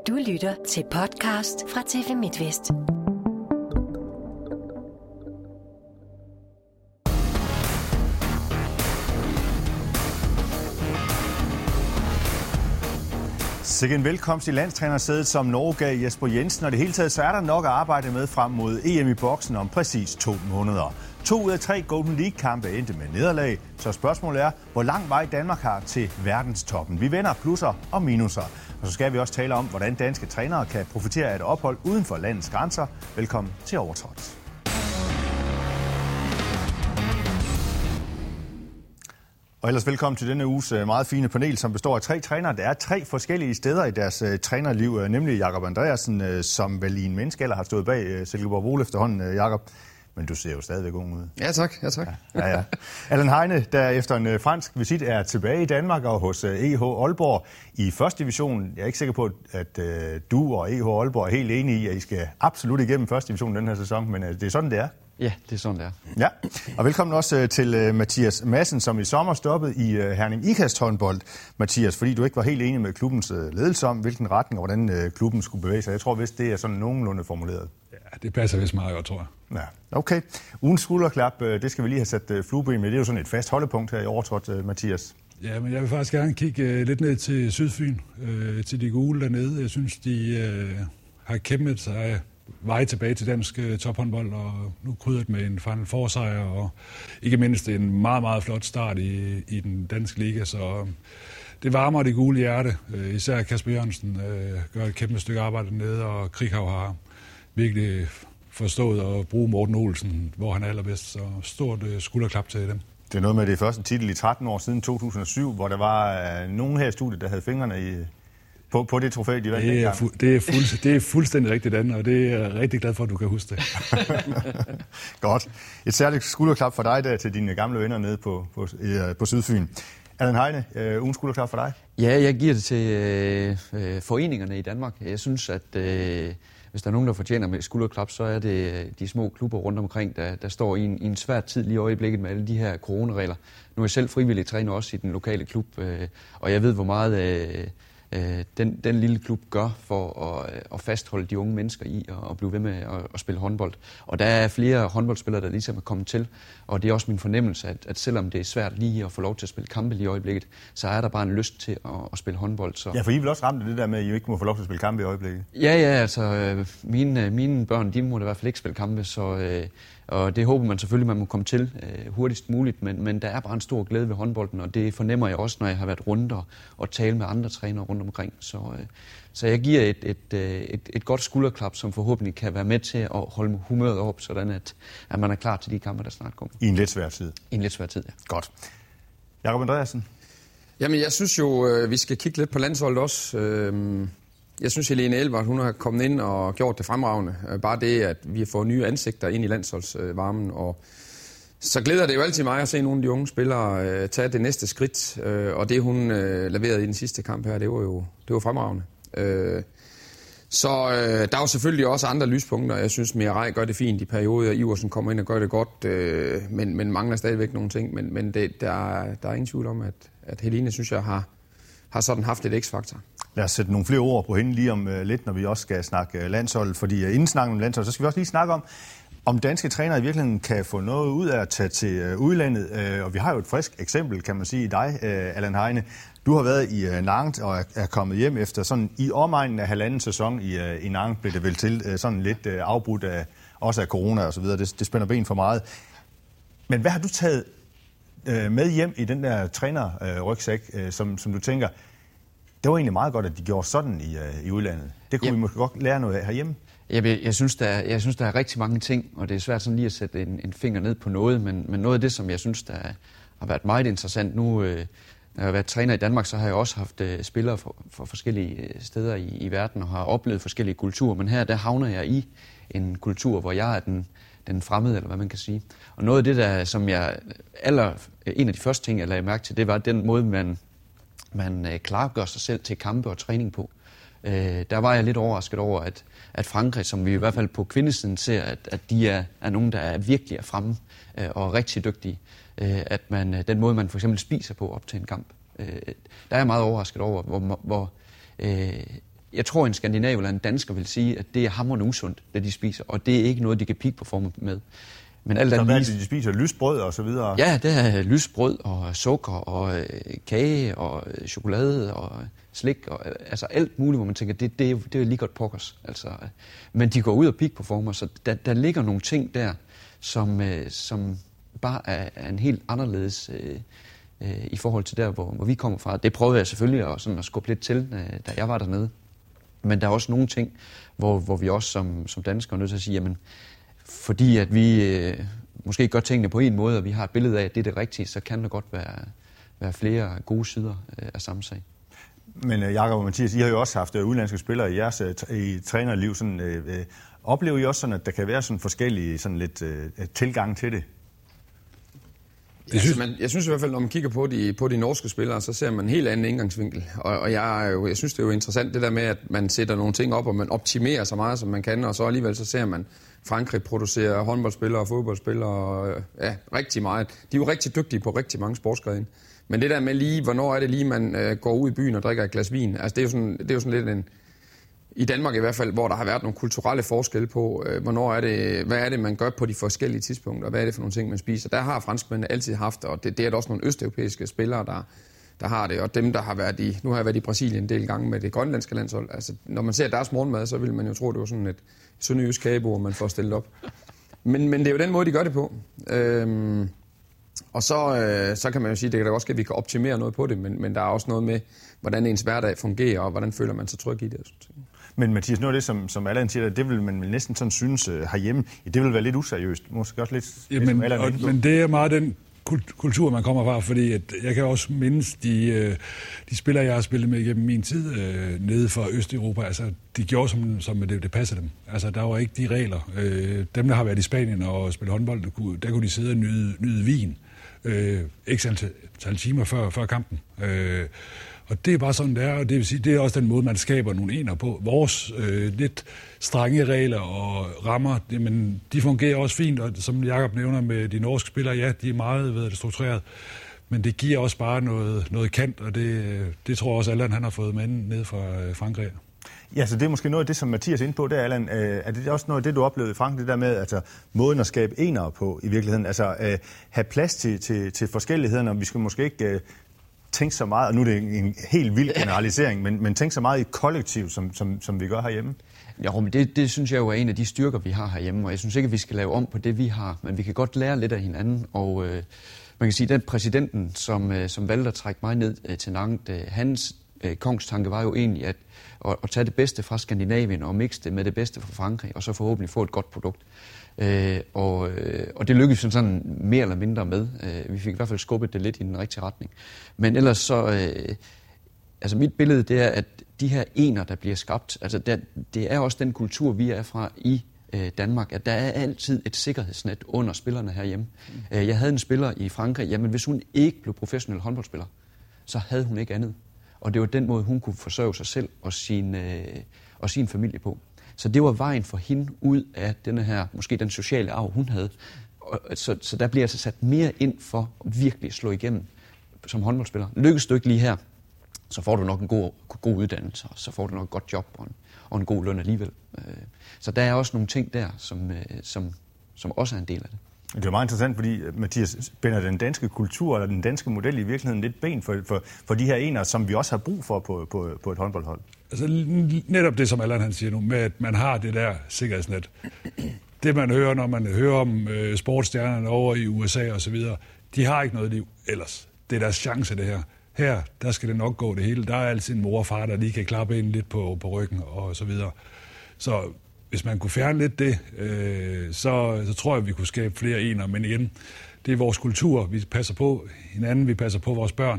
Du lytter til podcast fra TV MidtVest. Sikke en velkomst i landstrænersædet, som Norge gav Jesper Jensen, og det hele taget så er der nok at arbejde med frem mod EM i boksen om præcis 2 måneder. 2 ud af 3 Golden League-kampe endte med nederlag, så spørgsmålet er, hvor lang vej Danmark har til verdenstoppen. Vi vender plusser og minuser, og så skal vi også tale om, hvordan danske trænere kan profitere af et ophold uden for landets grænser. Velkommen til Overtrådt. Og ellers velkommen til denne uges meget fine panel, som består af 3 trænere. Der er 3 forskellige steder i deres trænerliv, nemlig Jakob Andreasen, som vel i en menneskealder har stået bag Silkeborg Vol efterhånden, Jakob. Men du ser jo stadigvæk ung ud. Ja, tak. Ja. Allan Heine, der efter en fransk visit er tilbage i Danmark og hos EH Aalborg i første division. Jeg er ikke sikker på, at du og EH Aalborg er helt enige i, at I skal absolut igennem første division den her sæson, men det er sådan, det er. Ja, det er sådan, det er. Ja, og velkommen også til Mathias Madsen, som i sommer stoppede i Herning Ikast håndbold. Mathias, fordi du ikke var helt enig med klubbens ledelse om, hvilken retning og hvordan klubben skulle bevæge sig. Jeg tror vist, det er sådan nogenlunde formuleret. Ja, det passer vist meget godt, tror jeg. Ja, okay. Ugens skulderklap, det skal vi lige have sat flueben med. Det er jo sådan et fast holdepunkt her i Overtrådt, Mathias. Ja, men jeg vil faktisk gerne kigge lidt ned til Sydfyn, til de gule dernede. Jeg synes, de har kæmpet sig vej tilbage til dansk tophåndbold, og nu krydret med en Final Four-sejr, og ikke mindst en meget, meget flot start i den danske liga, så det varmer det gule hjerte. Især Kasper Jørgensen gør et kæmpe stykke arbejde dernede, og Krighav har virkelig forstået at bruge Morten Olsen, hvor han er allerbedst, så stort skulderklap til dem. Det er noget med det første titel i 13 år siden 2007, hvor der var nogen her i studiet, der havde fingrene på det trofæ, de vandt dengang. Det er fuldstændig rigtigt, Dan, og det er jeg rigtig glad for, at du kan huske det. Godt. Et særligt skulderklap for dig der til dine gamle venner nede på Sydfyn. Allan Heine, ugens skulderklap for dig? Ja, jeg giver det til foreningerne i Danmark. Jeg synes, at hvis der er nogen, der fortjener med skulderklap, så er det de små klubber rundt omkring, der står i en svær tid lige i øjeblikket med alle de her coronaregler. Nu er jeg selv frivillig træner også i den lokale klub, og jeg ved, hvor meget den lille klub gør for at fastholde de unge mennesker i at blive ved med at spille håndbold. Og der er flere håndboldspillere, der ligesom er kommet til, og det er også min fornemmelse, at selvom det er svært lige at få lov til at spille kampe lige i øjeblikket, så er der bare en lyst til at spille håndbold. Så. Ja, for I vil også ramme det der med, at I ikke må få lov til at spille kampe i øjeblikket. Ja, altså mine børn, de må da i hvert fald ikke spille kampe, så og det håber man selvfølgelig, man må komme til hurtigst muligt, men der er bare en stor glæde ved håndbolden, og det fornemmer jeg også, når jeg har været rundt og tale med andre trænere rundt omkring. Så jeg giver et godt skulderklap, som forhåbentlig kan være med til at holde humøret op, sådan at man er klar til de kampe, der snart kommer. I en lidt svær tid. I en lidt svær tid, ja. Godt. Jakob Andreasen? Jamen, jeg synes jo, vi skal kigge lidt på landsholdet også. Jeg synes, Helene Elvart, hun har kommet ind og gjort det fremragende. Bare det, at vi har fået nye ansigter ind i landsholdsvarmen. Og så glæder det jo altid mig at se nogle af de unge spillere tage det næste skridt. Og det, hun leverede i den sidste kamp her, det var fremragende. Så der er jo selvfølgelig også andre lyspunkter. Jeg synes, Mirai gør det fint i perioder. Iversen kommer ind og gør det godt, men mangler stadigvæk nogle ting. Men der er ingen tvivl om, at Helene, synes jeg, har sådan haft et x-faktor. Lad os sætte nogle flere ord på hende lige om lidt, når vi også skal snakke landshold. Fordi inden snakken om landshold, så skal vi også lige snakke om danske trænere i virkeligheden kan få noget ud af at tage til udlandet. Og vi har jo et frisk eksempel, kan man sige, i dig, Allan Heine. Du har været i Nantes og er kommet hjem efter sådan i omegnen af 1,5 sæson i Nantes, blev det vel til sådan lidt afbrudt også af corona og så videre. Det spænder ben for meget. Men hvad har du taget med hjem i den der trænerrygsæk, som du tænker, det var egentlig meget godt, at de gjorde sådan i udlandet. Det kunne vi måske godt lære noget af herhjemme. Jeg synes, der er rigtig mange ting, og det er svært sådan lige at sætte en finger ned på noget, men noget af det, som jeg synes, der har været meget interessant nu, når jeg har været træner i Danmark, så har jeg også haft spillere fra forskellige steder i verden og har oplevet forskellige kulturer, men her der havner jeg i en kultur, hvor jeg er den fremmede, eller hvad man kan sige. Og noget af det, der, som en af de første ting, jeg lagde mærke til, det var den måde, man klargør sig selv til kampe og træning på. Der var jeg lidt overrasket over, at Frankrig, som vi i hvert fald på kvindesiden ser, at de er nogen, der er virkelig fremme og rigtig dygtige. At den måde, man for eksempel spiser på op til en kamp, der er jeg meget overrasket over, hvor jeg tror, en skandinav eller en dansker vil sige, at det er hamrende usundt, det de spiser, og det er ikke noget, de kan peak-performe med. Men alt andet de spiser lysbrød og så videre? Ja, det er lysbrød og sukker og kage og chokolade og slik, og, altså alt muligt, hvor man tænker, det er lige godt pokkers. Altså, men de går ud og peak-performer, så der ligger nogle ting der, som bare er en helt anderledes i forhold til der, hvor vi kommer fra. Det prøvede jeg selvfølgelig at skubbe lidt til, da jeg var dernede. Men der er også nogle ting, hvor vi også som danskere er nødt til at sige, jamen, fordi at vi måske gør tingene på en måde, og vi har et billede af, at det er det rigtige, så kan der godt være flere gode sider af samme sag. Men Jakob og Mathias, I har jo også haft udenlandske spillere i jeres i trænerliv. Oplever I også sådan, at der kan være sådan forskellige sådan lidt tilgang til det? Jeg synes i hvert fald, når man kigger på de norske spillere, så ser man en helt anden indgangsvinkel. Og jeg synes, det er jo interessant det der med, at man sætter nogle ting op, og man optimerer så meget, som man kan, og så alligevel så ser man Frankrig producere håndboldspillere og fodboldspillere, rigtig meget. De er jo rigtig dygtige på rigtig mange sportsgrene. Men det der med lige, hvornår er det lige, man går ud i byen og drikker et glas vin, altså det er jo sådan lidt en... I Danmark i hvert fald, hvor der har været nogle kulturelle forskelle på, hvad er det, man gør på de forskellige tidspunkter, og hvad er det for nogle ting, man spiser. Der har franskmændene altid haft, og det er der også nogle østeuropæiske spillere, der har det, og dem, der har været nu har jeg været i Brasilien en del gange med det grønlandske landshold. Altså, når man ser deres morgenmad, så vil man jo tro, det var sådan et sønderjysk kagebord, man får stillet op. Men det er jo den måde, de gør det på. Og så kan man jo sige, det kan da også ske, at vi kan optimere noget på det, men der er også noget med, hvordan ens hverdag fungerer, og hvordan føler man sig tryg i det. Men Mathias, noget af det, som Allan siger, det vil man næsten sådan synes herhjemme, det vil være lidt useriøst. Måske også lidt... Jamen, men det er meget den kultur, man kommer fra, fordi at jeg kan også mindes de spillere, jeg har spillet med gennem min tid nede fra Østeuropa. Altså, de gjorde, som det passede dem. Altså, der var ikke de regler. Dem, der har været i Spanien og spillet håndbold, der kunne de sidde og nyde vin. Ikke antal timer før kampen. Og det er bare sådan, det er, og det vil sige, det er også den måde, man skaber nogle ener på. Vores lidt strenge regler og rammer, men de fungerer også fint, og som Jakob nævner med de norske spillere, ja, de er meget struktureret, men det giver også bare noget kant, og det tror jeg også, Allan han har fået med ned fra Frankrig. Ja, så det er måske noget af det, som Mathias er inde på, det er, Allan. Er det også noget af det, du oplevede i Frankrig, det der med altså, måden at skabe enere på i virkeligheden? Altså have plads til forskellighederne, og vi skal måske ikke... tænke så meget, og nu er det en helt vild generalisering, men tænke så meget i kollektiv, som vi gør herhjemme? Jo, men det synes jeg jo er en af de styrker, vi har herhjemme, og jeg synes ikke, at vi skal lave om på det, vi har, men vi kan godt lære lidt af hinanden, og man kan sige, at den præsidenten, som valgte at trække mig ned til Nantes, hans kongstanke var jo egentlig at tage det bedste fra Skandinavien og mixe det med det bedste fra Frankrig, og så forhåbentlig få et godt produkt. Og det lykkedes sådan mere eller mindre med. Vi fik i hvert fald skubbet det lidt i den rigtige retning. Men ellers så, altså mit billede, det er, at de her ener, der bliver skabt, altså det er også den kultur, vi er fra i Danmark, at der er altid et sikkerhedsnet under spillerne herhjemme. Jeg havde en spiller i Frankrig, jamen hvis hun ikke blev professionel håndboldspiller, så havde hun ikke andet. Og det var den måde, hun kunne forsørge sig selv og sin familie på. Så det var vejen for hende ud af denne her, måske den sociale arv, hun havde. Så der bliver altså sat mere ind for at virkelig slå igennem som håndboldspiller. Lykkes du ikke lige her, så får du nok en god uddannelse, og så får du nok et godt job og en god løn alligevel. Så der er også nogle ting der, som også er en del af det. Det er meget interessant, fordi Mathias spænder den danske kultur eller den danske model i virkeligheden lidt ben for de her ener, som vi også har brug for på et håndboldhold. Altså netop det, som Allan han siger nu, med at man har det der sikkerhedsnet. Det man hører, når man hører om sportsstjernerne over i USA og så videre, de har ikke noget liv ellers. Det er deres chance, det her. Her, der skal det nok gå det hele. Der er altid en mor og far, der lige kan klappe ind lidt på ryggen og så videre. Så hvis man kunne fjerne lidt det, så tror jeg, at vi kunne skabe flere ener. Men igen, det er vores kultur. Vi passer på hinanden, vi passer på vores børn.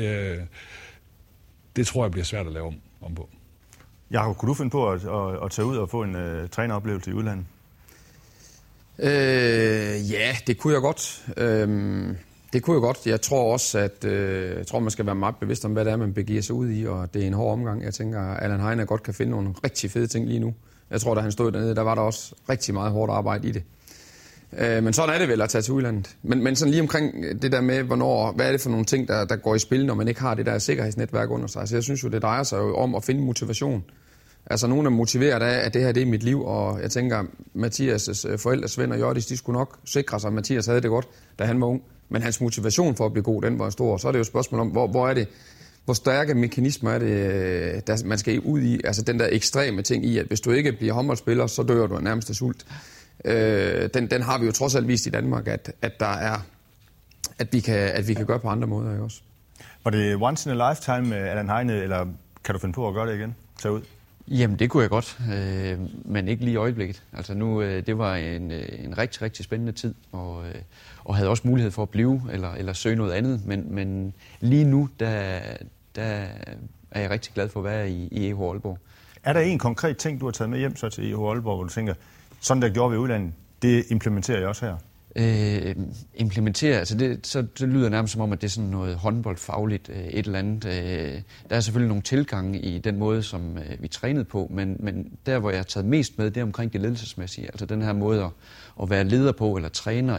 Det tror jeg bliver svært at lave om på. Jakob, kunne du finde på at tage ud og få en træneroplevelse i udlandet? Ja, det kunne jeg godt. Det kunne jeg godt. Jeg tror også, at man skal være meget bevidst om, hvad det er, man begiver sig ud i, og det er en hård omgang. Jeg tænker, at Allan Heine godt kan finde nogle rigtig fede ting lige nu. Jeg tror, da han stod dernede, der var der også rigtig meget hårdt arbejde i det. Men sådan er det vel at tage til udlandet. Men sådan lige omkring det der med, hvad er det for nogle ting, der går i spil, når man ikke har det der sikkerhedsnetværk under sig. Så jeg synes jo, det drejer sig jo om at finde motivation. Altså nogen er motiveret af, at det her det er mit liv, og jeg tænker, Mathias' forældre, Svend og Jordis, de skulle nok sikre sig, at Mathias havde det godt, da han var ung. Men hans motivation for at blive god, den var stor. Så er det jo et spørgsmål om, hvor stærke mekanismer er det, der man skal ud i. Altså den der ekstreme ting i, at hvis du ikke bliver håndboldspiller, så dør du nærmest af sult. Den har vi jo trods alt vist i Danmark, at der er, at vi kan gøre på andre måder, ikke også? Var det once in a lifetime med Allan Heine, eller kan du finde på at gøre det igen? Tage ud? Jamen, det kunne jeg godt, men ikke lige i øjeblikket. Altså nu, det var en rigtig, rigtig spændende tid, og havde også mulighed for at blive eller søge noget andet. Men lige nu, der er jeg rigtig glad for at være i EH Aalborg. Er der en konkret ting, du har taget med hjem så til EH Aalborg, hvor du tænker, sådan der gjorde vi i udlandet, det implementerer jeg også her? Implementere, altså det lyder nærmest som om, at det er sådan noget håndboldfagligt et eller andet. Der er selvfølgelig nogle tilgange i den måde, som vi trænede på, men der, hvor jeg har taget mest med, det er omkring det ledelsesmæssige. Altså den her måde at være leder på, eller træner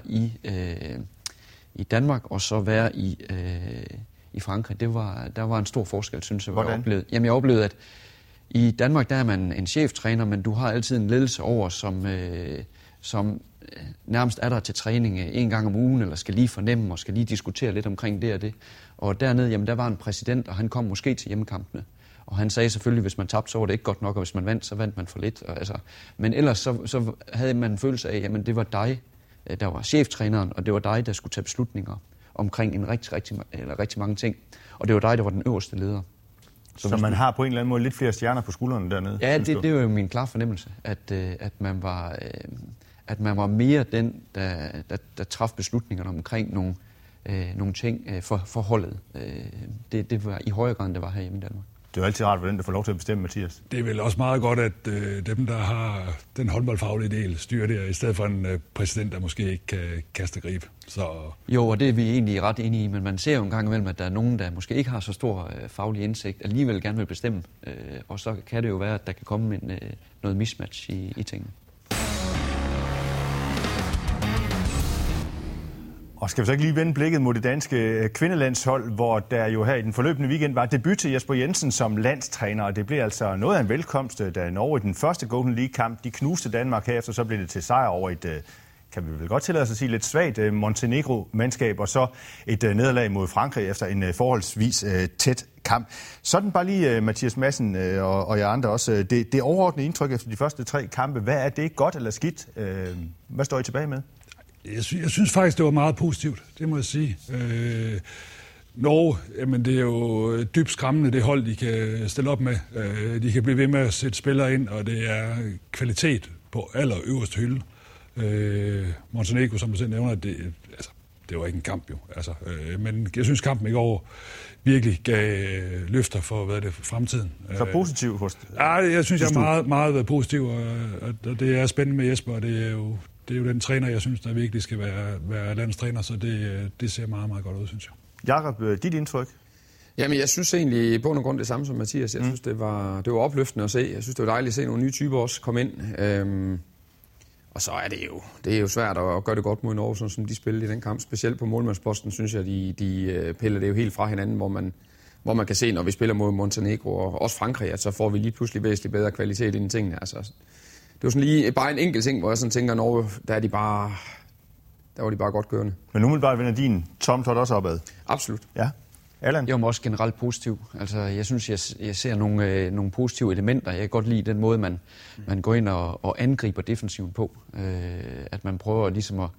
i Danmark, og så være i Frankrig. Der var en stor forskel, synes jeg. Hvordan? Jeg oplevede, at i Danmark, der er man en cheftræner, men du har altid en ledelse over, som nærmest er der til træning en gang om ugen, eller skal lige fornemme og skal lige diskutere lidt omkring det og det. Og dernede, jamen der var en præsident, og han kom måske til hjemmekampene. Og han sagde selvfølgelig, hvis man tabte, så var det ikke godt nok, og hvis man vandt, så vandt man for lidt. Men ellers så havde man en følelse af, jamen det var dig, der var cheftræneren, og det var dig, der skulle tage beslutninger omkring en rigtig mange ting. Og det var dig, der var den øverste leder. Så man har på en eller anden måde lidt flere stjerner på skuldrene dernede? Ja, det er jo min klare fornemmelse, at man var mere den, der traf beslutningerne omkring nogle ting for holdet. Det var i højere grad, end det var herhjemme i Danmark. Det er jo altid rart, hvordan der får lov til at bestemme, Mathias. Det er vel også meget godt, at dem, der har den håndboldfaglige del, styrer det, i stedet for en præsident, der måske ikke kan kaste grib. Så... Jo, og det er vi egentlig ret enige i, men man ser jo en gang imellem, at der er nogen, der måske ikke har så stor faglig indsigt, alligevel gerne vil bestemme. Og så kan det jo være, at der kan komme noget mismatch i tingene. Og skal vi så ikke lige vende blikket mod det danske kvindelandshold, hvor der jo her i den forløbende weekend var debut til Jesper Jensen som landstræner, og det blev altså noget af en velkomst, da Norge i den første Golden League-kamp, de knuste Danmark herefter, så blev det til sejr over et, kan vi vel godt tillade os at sige, lidt svagt Montenegro-mandskab, og så et nederlag mod Frankrig efter en forholdsvis tæt kamp. Sådan bare lige, Mathias Madsen og jer andre også, det overordnede indtryk efter de første 3 kampe, hvad er det, godt eller skidt? Hvad står I tilbage med? Jeg synes faktisk, det var meget positivt, det må jeg sige. Norge, jamen det er jo dybt skræmmende, det hold, de kan stille op med. De kan blive ved med at sætte spillere ind, og det er kvalitet på allerøverste hylde. Montenegro, som du selv nævner, det var ikke en kamp jo. Men jeg synes, kampen i går virkelig gav løfter for fremtiden. Så positivt hos det? Ja, jeg synes, jeg er meget positiv, og det er spændende med Jesper, og det er jo den træner, jeg synes, der virkelig skal være landstræner, så det ser meget, meget godt ud, synes jeg. Jakob, dit indtryk? Jamen, jeg synes egentlig på grund det samme som Mathias. Jeg synes, det var opløftende at se. Jeg synes, det var dejligt at se nogle nye typer også komme ind. Og så er det er jo svært at gøre det godt mod Norge, sådan som de spillede i den kamp. Specielt på målmandsposten, synes jeg, de piller det jo helt fra hinanden, hvor man kan se, når vi spiller mod Montenegro og også Frankrig, at så får vi lige pludselig væsentligt bedre kvalitet ind i tingene. Altså, det var sådan lige bare en enkelt ting, hvor jeg sådan tænker, Norge, der var de bare godt kørende. Men umiddelbart vender din tomtot også opad? Absolut. Ja. Allan? Jeg er også generelt positiv. Altså, jeg synes, jeg ser nogle positive elementer. Jeg kan godt lide den måde, man går ind og angriber defensiven på. At man prøver ligesom at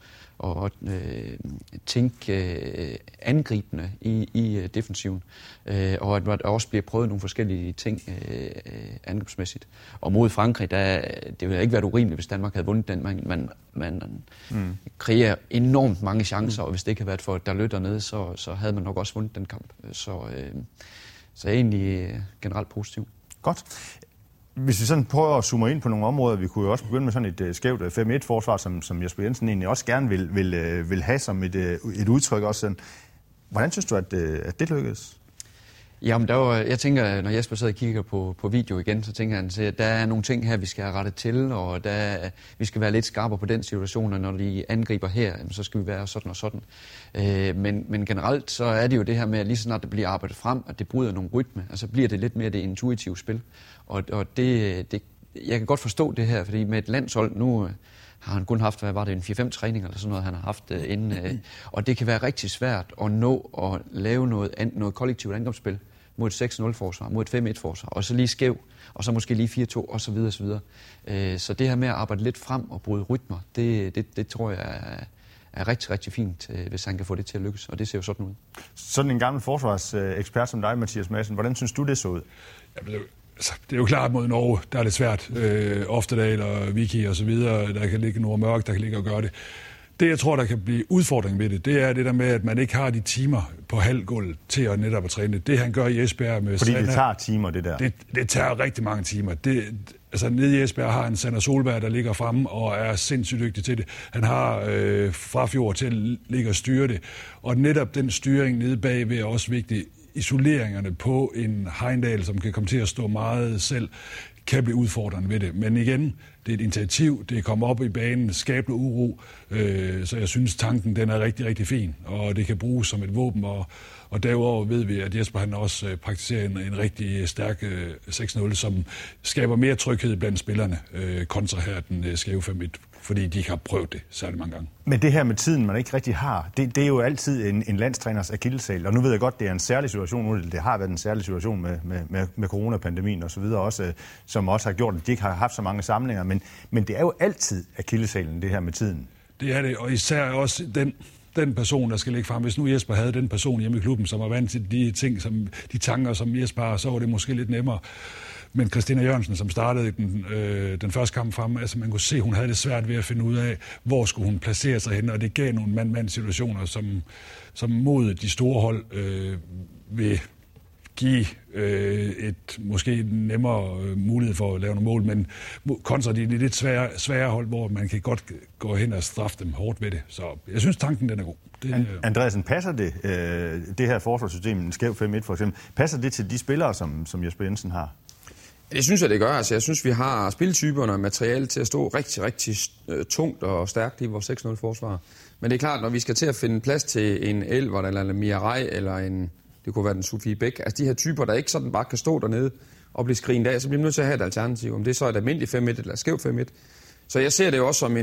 tænke angribende i defensiven. Og at der også bliver prøvet nogle forskellige ting angrebsmæssigt. Og mod Frankrig, det ville ikke være urimeligt, hvis Danmark havde vundet den. Man kreerer enormt mange chancer, og hvis det ikke havde været for Dalot dernede, så havde man nok også vundet den kamp. Så jeg er egentlig generelt positiv. Godt. Hvis vi sådan prøver at zoome ind på nogle områder, vi kunne jo også begynde med sådan et skævt 5-1-forsvar, som Jesper Jensen egentlig også gerne vil have som et udtryk også. Hvordan synes du, at det lykkedes? Jamen, jeg tænker, når Jesper sidder og kigger på video igen, så tænker han, at der er nogle ting her, vi skal have rettet til, og vi skal være lidt skarpere på den situation, og når de angriber her, så skal vi være sådan og sådan. Men generelt så er det jo det her med, at lige snart det bliver arbejdet frem, at det bryder nogle rytme, altså bliver det lidt mere det intuitive spil. Og det jeg kan godt forstå det her, fordi med et landshold nu har han kun haft, hvad var det, en 4-5 træninger eller sådan noget, han har haft inden. Og det kan være rigtig svært at nå at lave noget kollektivt angrebsspil mod et 6-0-forsvar, mod et 5-1-forsvar, og så lige skæv, og så måske lige 4-2, og så videre, så videre. Så det her med at arbejde lidt frem og bryde rytmer, det tror jeg er rigtig, rigtig fint, hvis han kan få det til at lykkes, og det ser jo sådan ud. Sådan en gammel forsvarsekspert som dig, Mathias Madsen, hvordan synes du, det så ud? Det er jo klart mod Norge, der er det svært. Oftedal og Vicky og så videre, der kan ligge Nord Mørk, der kan ligge og gøre det. Det, jeg tror, der kan blive udfordring ved det, det er det der med, at man ikke har de timer på halvgulvet til at netop at træne. Det, han gør i Esbjerg med Fordi Sanna, det tager timer, det der? Det tager rigtig mange timer. Nede i Esbjerg har han Sander Solberg, der ligger fremme og er sindssygt dygtig til det. Han har Frafjord til at ligge og styre det. Og netop den styring nede bagved er også vigtig. Isoleringerne på en Heindal, som kan komme til at stå meget selv, kan blive udfordrende ved det. Men igen, det er et initiativ, det er kommet op i banen, skaber uro, så jeg synes, tanken den er rigtig, rigtig fin, og det kan bruges som et våben, og derudover ved vi, at Jesper han også praktiserer en rigtig stærk 6-0, som skaber mere tryghed blandt spillerne, kontra her den skæve 5-1, fordi de ikke har prøvet det særlig mange gange. Men det her med tiden, man ikke rigtig har, det er jo altid en landstræners akilleshæl, og nu ved jeg godt, det er en særlig situation, nu det har været en særlig situation med coronapandemien og så videre også, som også har gjort, at de ikke har haft så mange samlinger, men det er jo altid akilleshælen, det her med tiden. Det er det, og især også den person, der skal ligge frem. Hvis nu Jesper havde den person hjemme i klubben, som var vant til de tanker, som Jesper har, så var det måske lidt nemmere. Men Christina Jørgensen, som startede den første kamp frem, altså man kunne se, hun havde det svært ved at finde ud af, hvor skulle hun placere sig hen, og det gav nogle mand-mand-situationer, som mod de store hold vil give et måske nemmere mulighed for at lave nogle mål, men kontra de lidt svære hold, hvor man kan godt gå hen og straffe dem hårdt ved det. Så jeg synes, tanken den er god. Andreasen, passer det her forsvarssystem, en skæv 5-1 for eksempel, passer det til de spillere, som Jesper Jensen har? Det synes jeg, det gør. Altså, jeg synes, vi har spiltyperne og materiale til at stå rigtig, rigtig tungt og stærkt i vores 6-0-forsvar. Men det er klart, når vi skal til at finde plads til en Elver eller en Mirai eller det kunne være den Sofie Bæk, altså de her typer, der ikke sådan bare kan stå dernede og blive skrinet af, så bliver man nødt til at have et alternativ. Om det så er et almindeligt 5-1 eller skæv 5-1. Så jeg ser det jo også som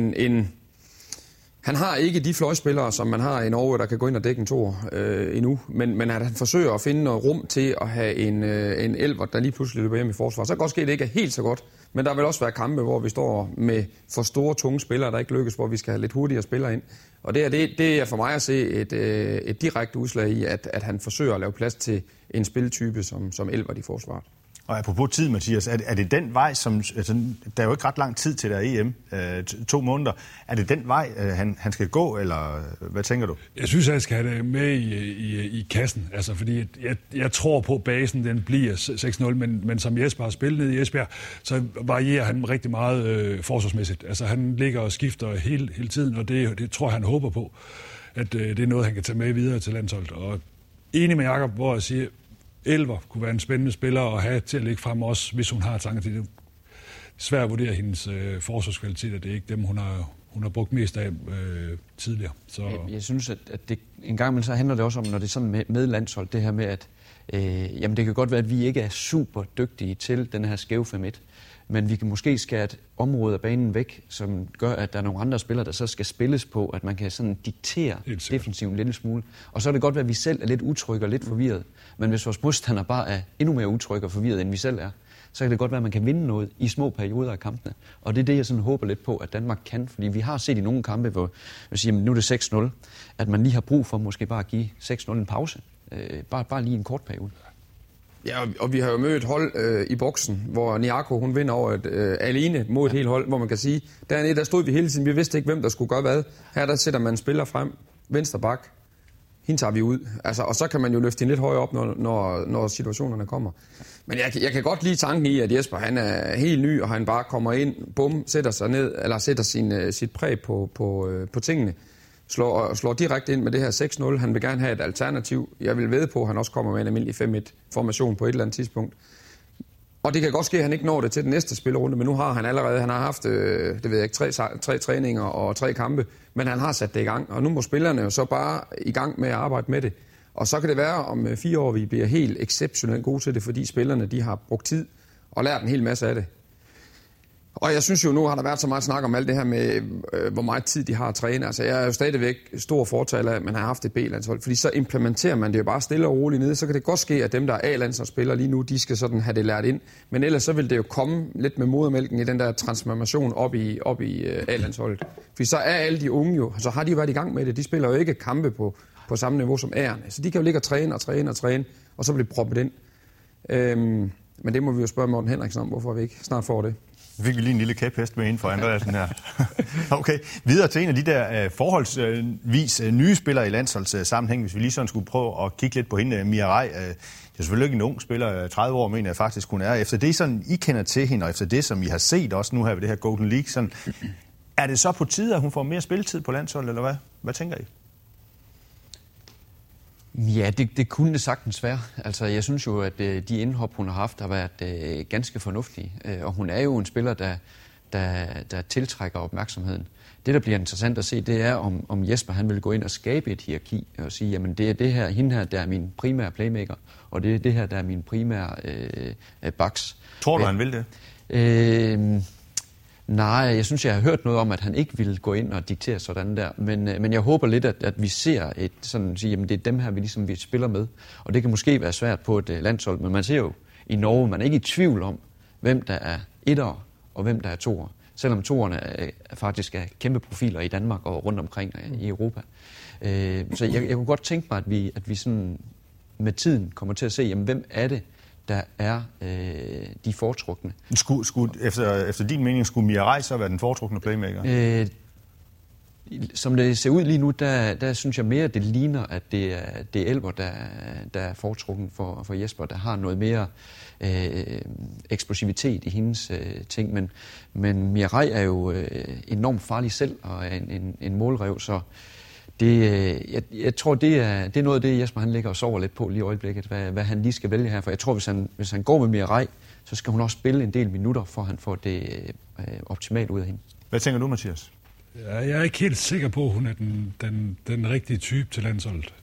han har ikke de fløjspillere, som man har i Norge, der kan gå ind og dække en toer endnu. Men at han forsøger at finde noget rum til at have en Elver, der lige pludselig løber hjem i forsvar. Så kan godt ske, at det ikke er helt så godt. Men der vil også være kampe, hvor vi står med for store, tunge spillere, der ikke lykkes, hvor vi skal have lidt hurtigere spillere ind. Og det er for mig at se et direkte udslag i, at han forsøger at lave plads til en spiltype som Elver i forsvaret. Og apropos tid, Mathias, er det den vej, altså, der er jo ikke ret lang tid til der EM, 2 måneder. Er det den vej, han skal gå, eller hvad tænker du? Jeg synes, at jeg skal have det med i kassen, altså, fordi jeg tror på, at basen den bliver 6-0, men som Jesper har spillet ned i Esbjerg, så varierer han rigtig meget forsvarsmæssigt. Altså, han ligger og skifter hele tiden, og det tror jeg, han håber på, at det er noget, han kan tage med videre til landsholdet. Og enig med Jakob, hvor jeg siger, Elver kunne være en spændende spiller at have til at ligge frem også, hvis hun har tanker til det. Det er svært at vurdere hendes forsvarskvaliteter. Det er ikke dem, hun har brugt mest af tidligere. Så jeg synes, at det en gang imellem så handler det også om, når det er sådan med landshold, det her med, at jamen det kan godt være, at vi ikke er super dygtige til den her skæve 5-1, men vi kan måske skære et område af banen væk, som gør, at der er nogle andre spillere, der så skal spilles på, at man kan sådan diktere defensiven lidt en smule. Og så er det godt være, at vi selv er lidt utrygge og lidt forvirret. Men hvis vores modstander bare er endnu mere utrygge og forvirret, end vi selv er, så kan det godt være, at man kan vinde noget i små perioder af kampene. Og det er det, jeg sådan håber lidt på, at Danmark kan. Fordi vi har set i nogle kampe, hvor jeg siger, nu er det 6-0, at man lige har brug for måske bare at give 6-0 en pause. Bare lige en kort periode. Ja, og vi har jo mødt et hold i boksen, hvor Niako, hun vinder over alene mod et helt hold, hvor man kan sige, der stod vi hele tiden, vi vidste ikke, hvem der skulle gøre hvad. Her der sætter man spiller frem, venstre bak, hende tager vi ud. Altså, og så kan man jo løfte hende lidt højere op, når situationerne kommer. Men jeg kan godt lide tanken i, at Jesper han er helt ny, og han bare kommer ind, bum, sætter sig ned, eller sætter sit præg på tingene. slår direkte ind med det her 6-0. Han vil gerne have et alternativ. Jeg vil vædde på, at han også kommer med en almindelig 5-1-formation på et eller andet tidspunkt. Og det kan godt ske, at han ikke når det til den næste spillerunde, men nu har han allerede, han har haft, det ved jeg ikke, 3 træninger og 3 kampe, men han har sat det i gang, og nu må spillerne jo så bare i gang med at arbejde med det. Og så kan det være, om 4 år vi bliver helt exceptionelt gode til det, fordi spillerne de har brugt tid og lært en hel masse af det. Og jeg synes jo, nu har der været så meget snak om alt det her med, hvor meget tid de har at træne. Altså, jeg er jo stadigvæk stor fortaler af, at man har haft et B-landshold, fordi så implementerer man det jo bare stille og roligt ned. Så kan det godt ske, at dem, der er A-landsholdsspillere lige nu, de skal sådan have det lært ind. Men ellers så vil det jo komme lidt med modermælken i den der transformation op i A-landsholdet. Fordi så er alle de unge jo, så har de jo været i gang med det. De spiller jo ikke kampe på samme niveau som A'erne. Så de kan jo ligge og træne, og så blive proppet ind. Men det må vi jo spørge Morten Henriksen om, hvorfor vi ikke snart får det. Så fik vi lige en lille kæphest med inden for Andreasen her. Okay, videre til en af de der forholdsvis nye spillere i landsholdssammenhæng, hvis vi lige sådan skulle prøve at kigge lidt på hende, Miray. Det er selvfølgelig ikke en ung spiller, 30 år mener jeg faktisk hun er. Efter det, sådan, I kender til hende, og efter det, som I har set også nu her ved det her Golden League, sådan, er det så på tide, at hun får mere spilletid på landsholdet, eller hvad? Hvad tænker I? Ja, det kunne det sagtens være. Altså, jeg synes jo, at de indhop, hun har haft, har været ganske fornuftige. Og hun er jo en spiller, der tiltrækker opmærksomheden. Det, der bliver interessant at se, det er, om Jesper han vil gå ind og skabe et hierarki og sige, jamen det er det her, hende her, der er min primære playmaker, og det er det her, der er min primære backs. Tror du, han vil det? Nej, jeg synes, jeg har hørt noget om, at han ikke ville gå ind og diktere sådan der. Men jeg håber lidt, at vi ser et sådan sige, jamen det er dem her, vi spiller med. Og det kan måske være svært på et landshold, men man ser jo i Norge, man er ikke i tvivl om, hvem der er etter og hvem der er toer. Selvom toerne faktisk er kæmpe profiler i Danmark og rundt omkring i Europa. Så jeg kunne godt tænke mig, at vi sådan med tiden kommer til at se, jamen hvem er det, der er de foretrukne. Efter din mening, skulle Miray så være den foretrukne playmaker? Som det ser ud lige nu, der synes jeg mere, at det ligner, at det er Elver, der er foretrukken for Jesper, der har noget mere eksplosivitet i hendes ting. Men Miray er jo enormt farlig selv og er en målrev, så jeg tror, det er noget af det, Jesper han lægger os over lidt på lige i øjeblikket, hvad han lige skal vælge her. For jeg tror, hvis han går med Miray, så skal hun også spille en del minutter, for at han får det optimalt ud af hende. Hvad tænker du, Mathias? Ja, jeg er ikke helt sikker på, at hun er den rigtige type til landsholdet.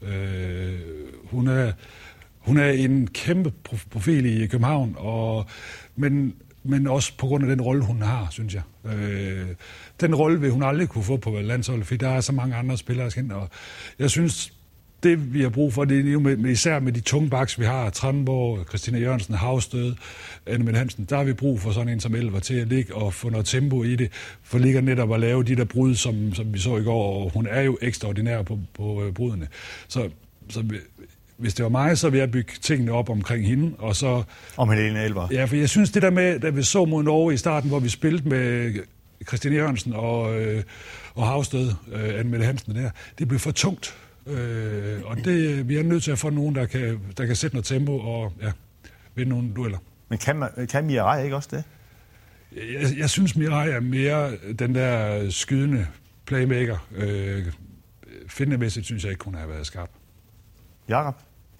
Hun er en kæmpe profil i København, men også på grund af den rolle, hun har, synes jeg. Den rolle vil hun aldrig kunne få på landsholdet, fordi der er så mange andre spillere. Og jeg synes, det vi har brug for, det er jo især med de tunge backs, vi har, Tranborg, Christina Jørgensen, Havsted, Anne-Mette Hansen, der har vi brug for sådan en som Elver til at ligge og få noget tempo i det, for ligger netop at lave de der brud, som vi så i går, og hun er jo ekstraordinær på brudene. Så hvis det var mig, så ville jeg bygge tingene op omkring hende, og så... Om Helene Elver? Ja, for jeg synes, det der med, da vi så mod Norge i starten, hvor vi spillede med Christina Jørgensen og Havsted, Anne-Mette Hansen der, det blev for tungt. Og vi er nødt til at få nogen, der kan sætte noget tempo og vinde nogle dueller. Men kan Miray ikke også det? Jeg synes, Miray er mere den der skydende playmaker. Findemæssigt synes jeg ikke, hun har været skarp. Jakob?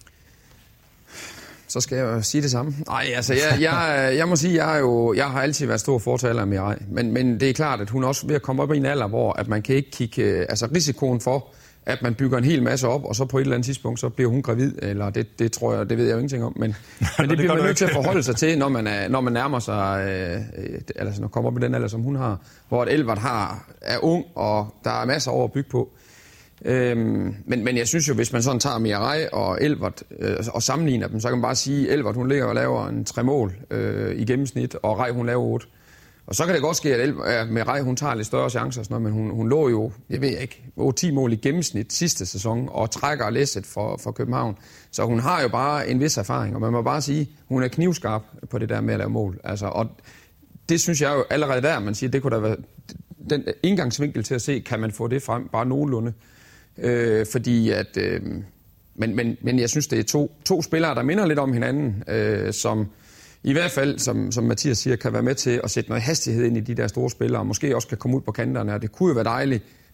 Så skal jeg sige det samme. Nej, altså, jeg må sige, jeg har altid været stor fortaler af Miray. Men det er klart, at hun er også ved at komme op i en alder, hvor at man kan ikke kigge... Altså, risikoen for, at man bygger en hel masse op, og så på et eller andet tidspunkt, så bliver hun gravid, eller det tror jeg, det ved jeg jo ingenting om. Men det bliver man nødt til at forholde sig til, når man nærmer sig... altså, når kommer op i den alder, som hun har, hvor et Elvert er ung, og der er masser over at bygge på. Men jeg synes jo, hvis man sådan tager Miray og Elvert og sammenligner dem, så kan man bare sige, at Elvert hun ligger og laver en 3 mål i gennemsnit, og Rej hun laver 8. Og så kan det godt ske, at Miray hun tager lidt større chancer, sådan noget, men hun lå jo, jeg ved ikke, 10 mål i gennemsnit sidste sæson, og trækker læsset for København. Så hun har jo bare en vis erfaring, og man må bare sige, hun er knivskarp på det der med at lave mål. Altså, og det synes jeg jo allerede der, man siger, det kunne da være den indgangsvinkel til at se, kan man få det frem, bare nogenlunde. Fordi at... Men jeg synes, det er to spillere, der minder lidt om hinanden, som i hvert fald, som Mathias siger, kan være med til at sætte noget hastighed ind i de der store spillere, og måske også kan komme ud på kanterne. Og det kunne jo være dejligt,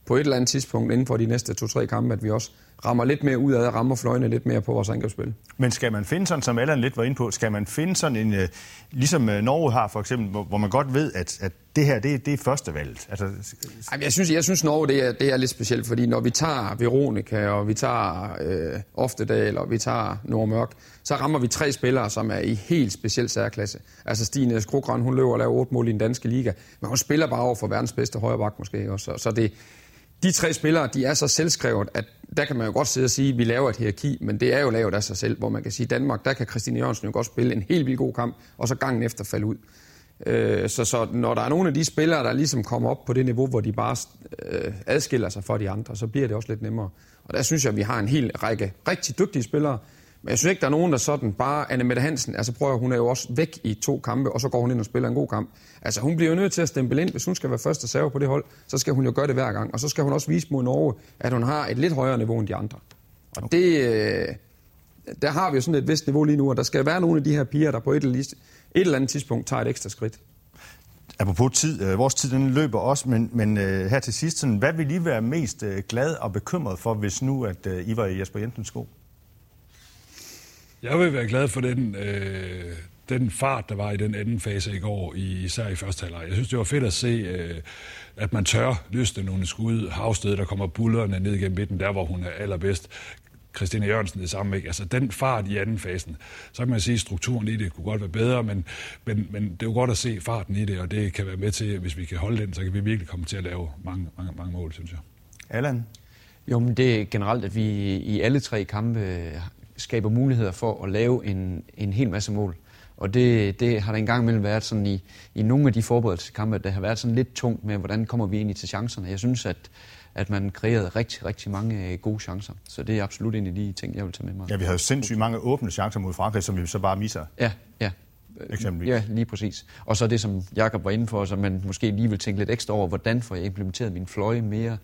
på et eller andet tidspunkt inden for de næste 2-3 kampe, at vi også rammer lidt mere ud af at ramme fløjene lidt mere på vores angrebsspil. Men skal man finde sådan, som Allan lidt var inde på, skal man finde sådan en, ligesom Norge har for eksempel, hvor man godt ved, at det her, det er førstevalget? Altså... Jeg synes Norge, det er lidt specielt, fordi når vi tager Veronica, og vi tager Oftedal, og vi tager Nordmørk, så rammer vi 3 spillere, som er i helt speciel særklasse. Altså Stine Skrogran, hun løber og laver 8 mål i den danske liga, men hun spiller bare over for verdens bedste højreback måske også. Så det, de 3 spillere, de er så selvskrevet, at der kan man jo godt sidde og sige, at vi laver et hierarki, men det er jo lavet af sig selv, hvor man kan sige, at Danmark, der kan Christine Jørgensen jo godt spille en helt vildt god kamp, og så gangen efter falde ud. Så når der er nogle af de spillere, der ligesom kommer op på det niveau, hvor de bare adskiller sig fra de andre, så bliver det også lidt nemmere. Og der synes jeg, at vi har en hel række rigtig dygtige spillere, men jeg synes ikke, der er nogen, der sådan bare... Anne-Mette Hansen, altså prøver, hun er jo også væk i 2 kampe, og så går hun ind og spiller en god kamp. Altså hun bliver jo nødt til at stemple ind, hvis hun skal være første serve på det hold, så skal hun jo gøre det hver gang. Og så skal hun også vise mod Norge, at hun har et lidt højere niveau end de andre. Og det... Der har vi jo sådan et vist niveau lige nu, og der skal være nogle af de her piger, der på et eller andet tidspunkt tager et ekstra skridt. Apropos tid, vores tid den løber også, men her til sidst, sådan, hvad vil I være mest glad og bekymret for, hvis nu at I var i Jesper Jensens sko? Jeg vil være glad for den fart, der var i den anden fase i går, især i første halvleg. Jeg synes, det var fedt at se, at man tør løsne nogle skud. Havsted, der kommer bullerne ned gennem midten, der hvor hun er allerbedst. Christine Jørgensen det samme, ikke? Altså den fart i anden fasen, så kan man sige, at strukturen i det kunne godt være bedre, men det er jo godt at se farten i det, og det kan være med til, hvis vi kan holde den, så kan vi virkelig komme til at lave mange mål, synes jeg. Allan? Jo, men det er generelt, at vi i alle 3 kampe skaber muligheder for at lave en hel masse mål. Og det har der engang imellem været sådan i nogle af de forberedelseskampe, der har været sådan lidt tungt med, hvordan kommer vi egentlig til chancerne. Jeg synes, at man kreerede rigtig, rigtig mange gode chancer. Så det er absolut en af de ting, jeg vil tage med mig. Ja, vi har jo sindssygt mange åbne chancer mod Frankrig, som vi så bare misser. Ja. Eksempelvis. Ja, lige præcis. Og så det, som Jakob var inde for, så man måske lige vil tænke lidt ekstra over, hvordan får jeg implementeret min fløje mere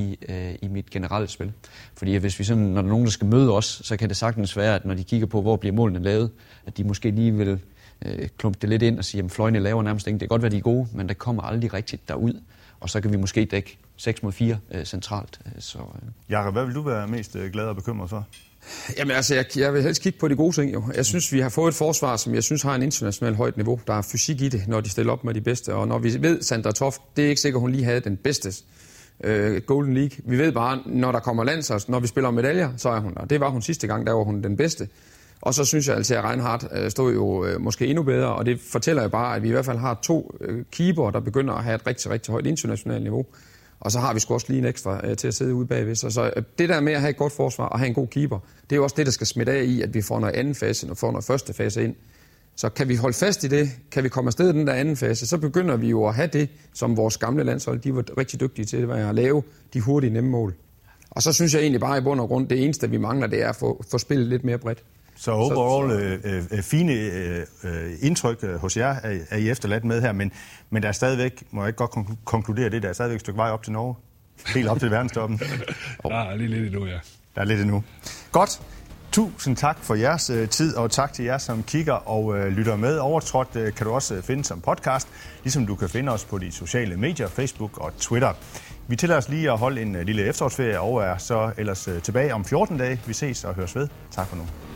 i mit generelle spil. Fordi hvis vi sådan, når der er nogen, der skal møde os, så kan det sagtens være, at når de kigger på, hvor bliver målene lavet, at de måske lige vil klumpe det lidt ind og sige, at fløjene laver nærmest ikke. Det kan godt være, de er gode, men der kommer aldrig rigtigt derud. Og så kan vi måske dække 6 mod 4 centralt. Jakob, hvad vil du være mest glad og bekymret for? Jamen altså, jeg vil helst kigge på de gode ting jo. Jeg synes, vi har fået et forsvar, som jeg synes har en internationalt højt niveau. Der er fysik i det, når de stiller op med de bedste. Og når vi ved, Sandra Toft, det er ikke sikkert, hun lige havde den bedste Golden League. Vi ved bare, når der kommer landshold, når vi spiller om medaljer, så er hun der. Det var hun sidste gang, der var hun den bedste. Og så synes jeg altså, at Reinhardt stod jo måske endnu bedre, og det fortæller jo bare, at vi i hvert fald har 2 keeper, der begynder at have et rigtig, rigtig højt internationalt niveau. Og så har vi sgu også lige en ekstra til at sidde ude bagved. Så det der med at have et godt forsvar og have en god keeper, det er jo også det, der skal smitte af i, at vi får noget anden fase og får noget første fase ind. Så kan vi holde fast i det, kan vi komme afsted i den der anden fase, så begynder vi jo at have det, som vores gamle landshold, de var rigtig dygtige til, at lave de hurtige nemme mål. Og så synes jeg egentlig bare i bund og grund, det eneste, vi mangler, det er at få spillet lidt mere bredt. Så overall fine indtryk hos jer er I efterladt med her, men der er stadigvæk, må jeg ikke godt konkludere det, der er stadigvæk et stykke vej op til Norge. Helt op til verdenstoppen. Der er lige lidt endnu, ja. Der er lidt endnu. Godt. Tusind tak for jeres tid, og tak til jer, som kigger og lytter med. Overtrådt kan du også finde som podcast, ligesom du kan finde os på de sociale medier, Facebook og Twitter. Vi tillader os lige at holde en lille efterårsferie og er så ellers tilbage om 14 dage. Vi ses og høres ved. Tak for nu.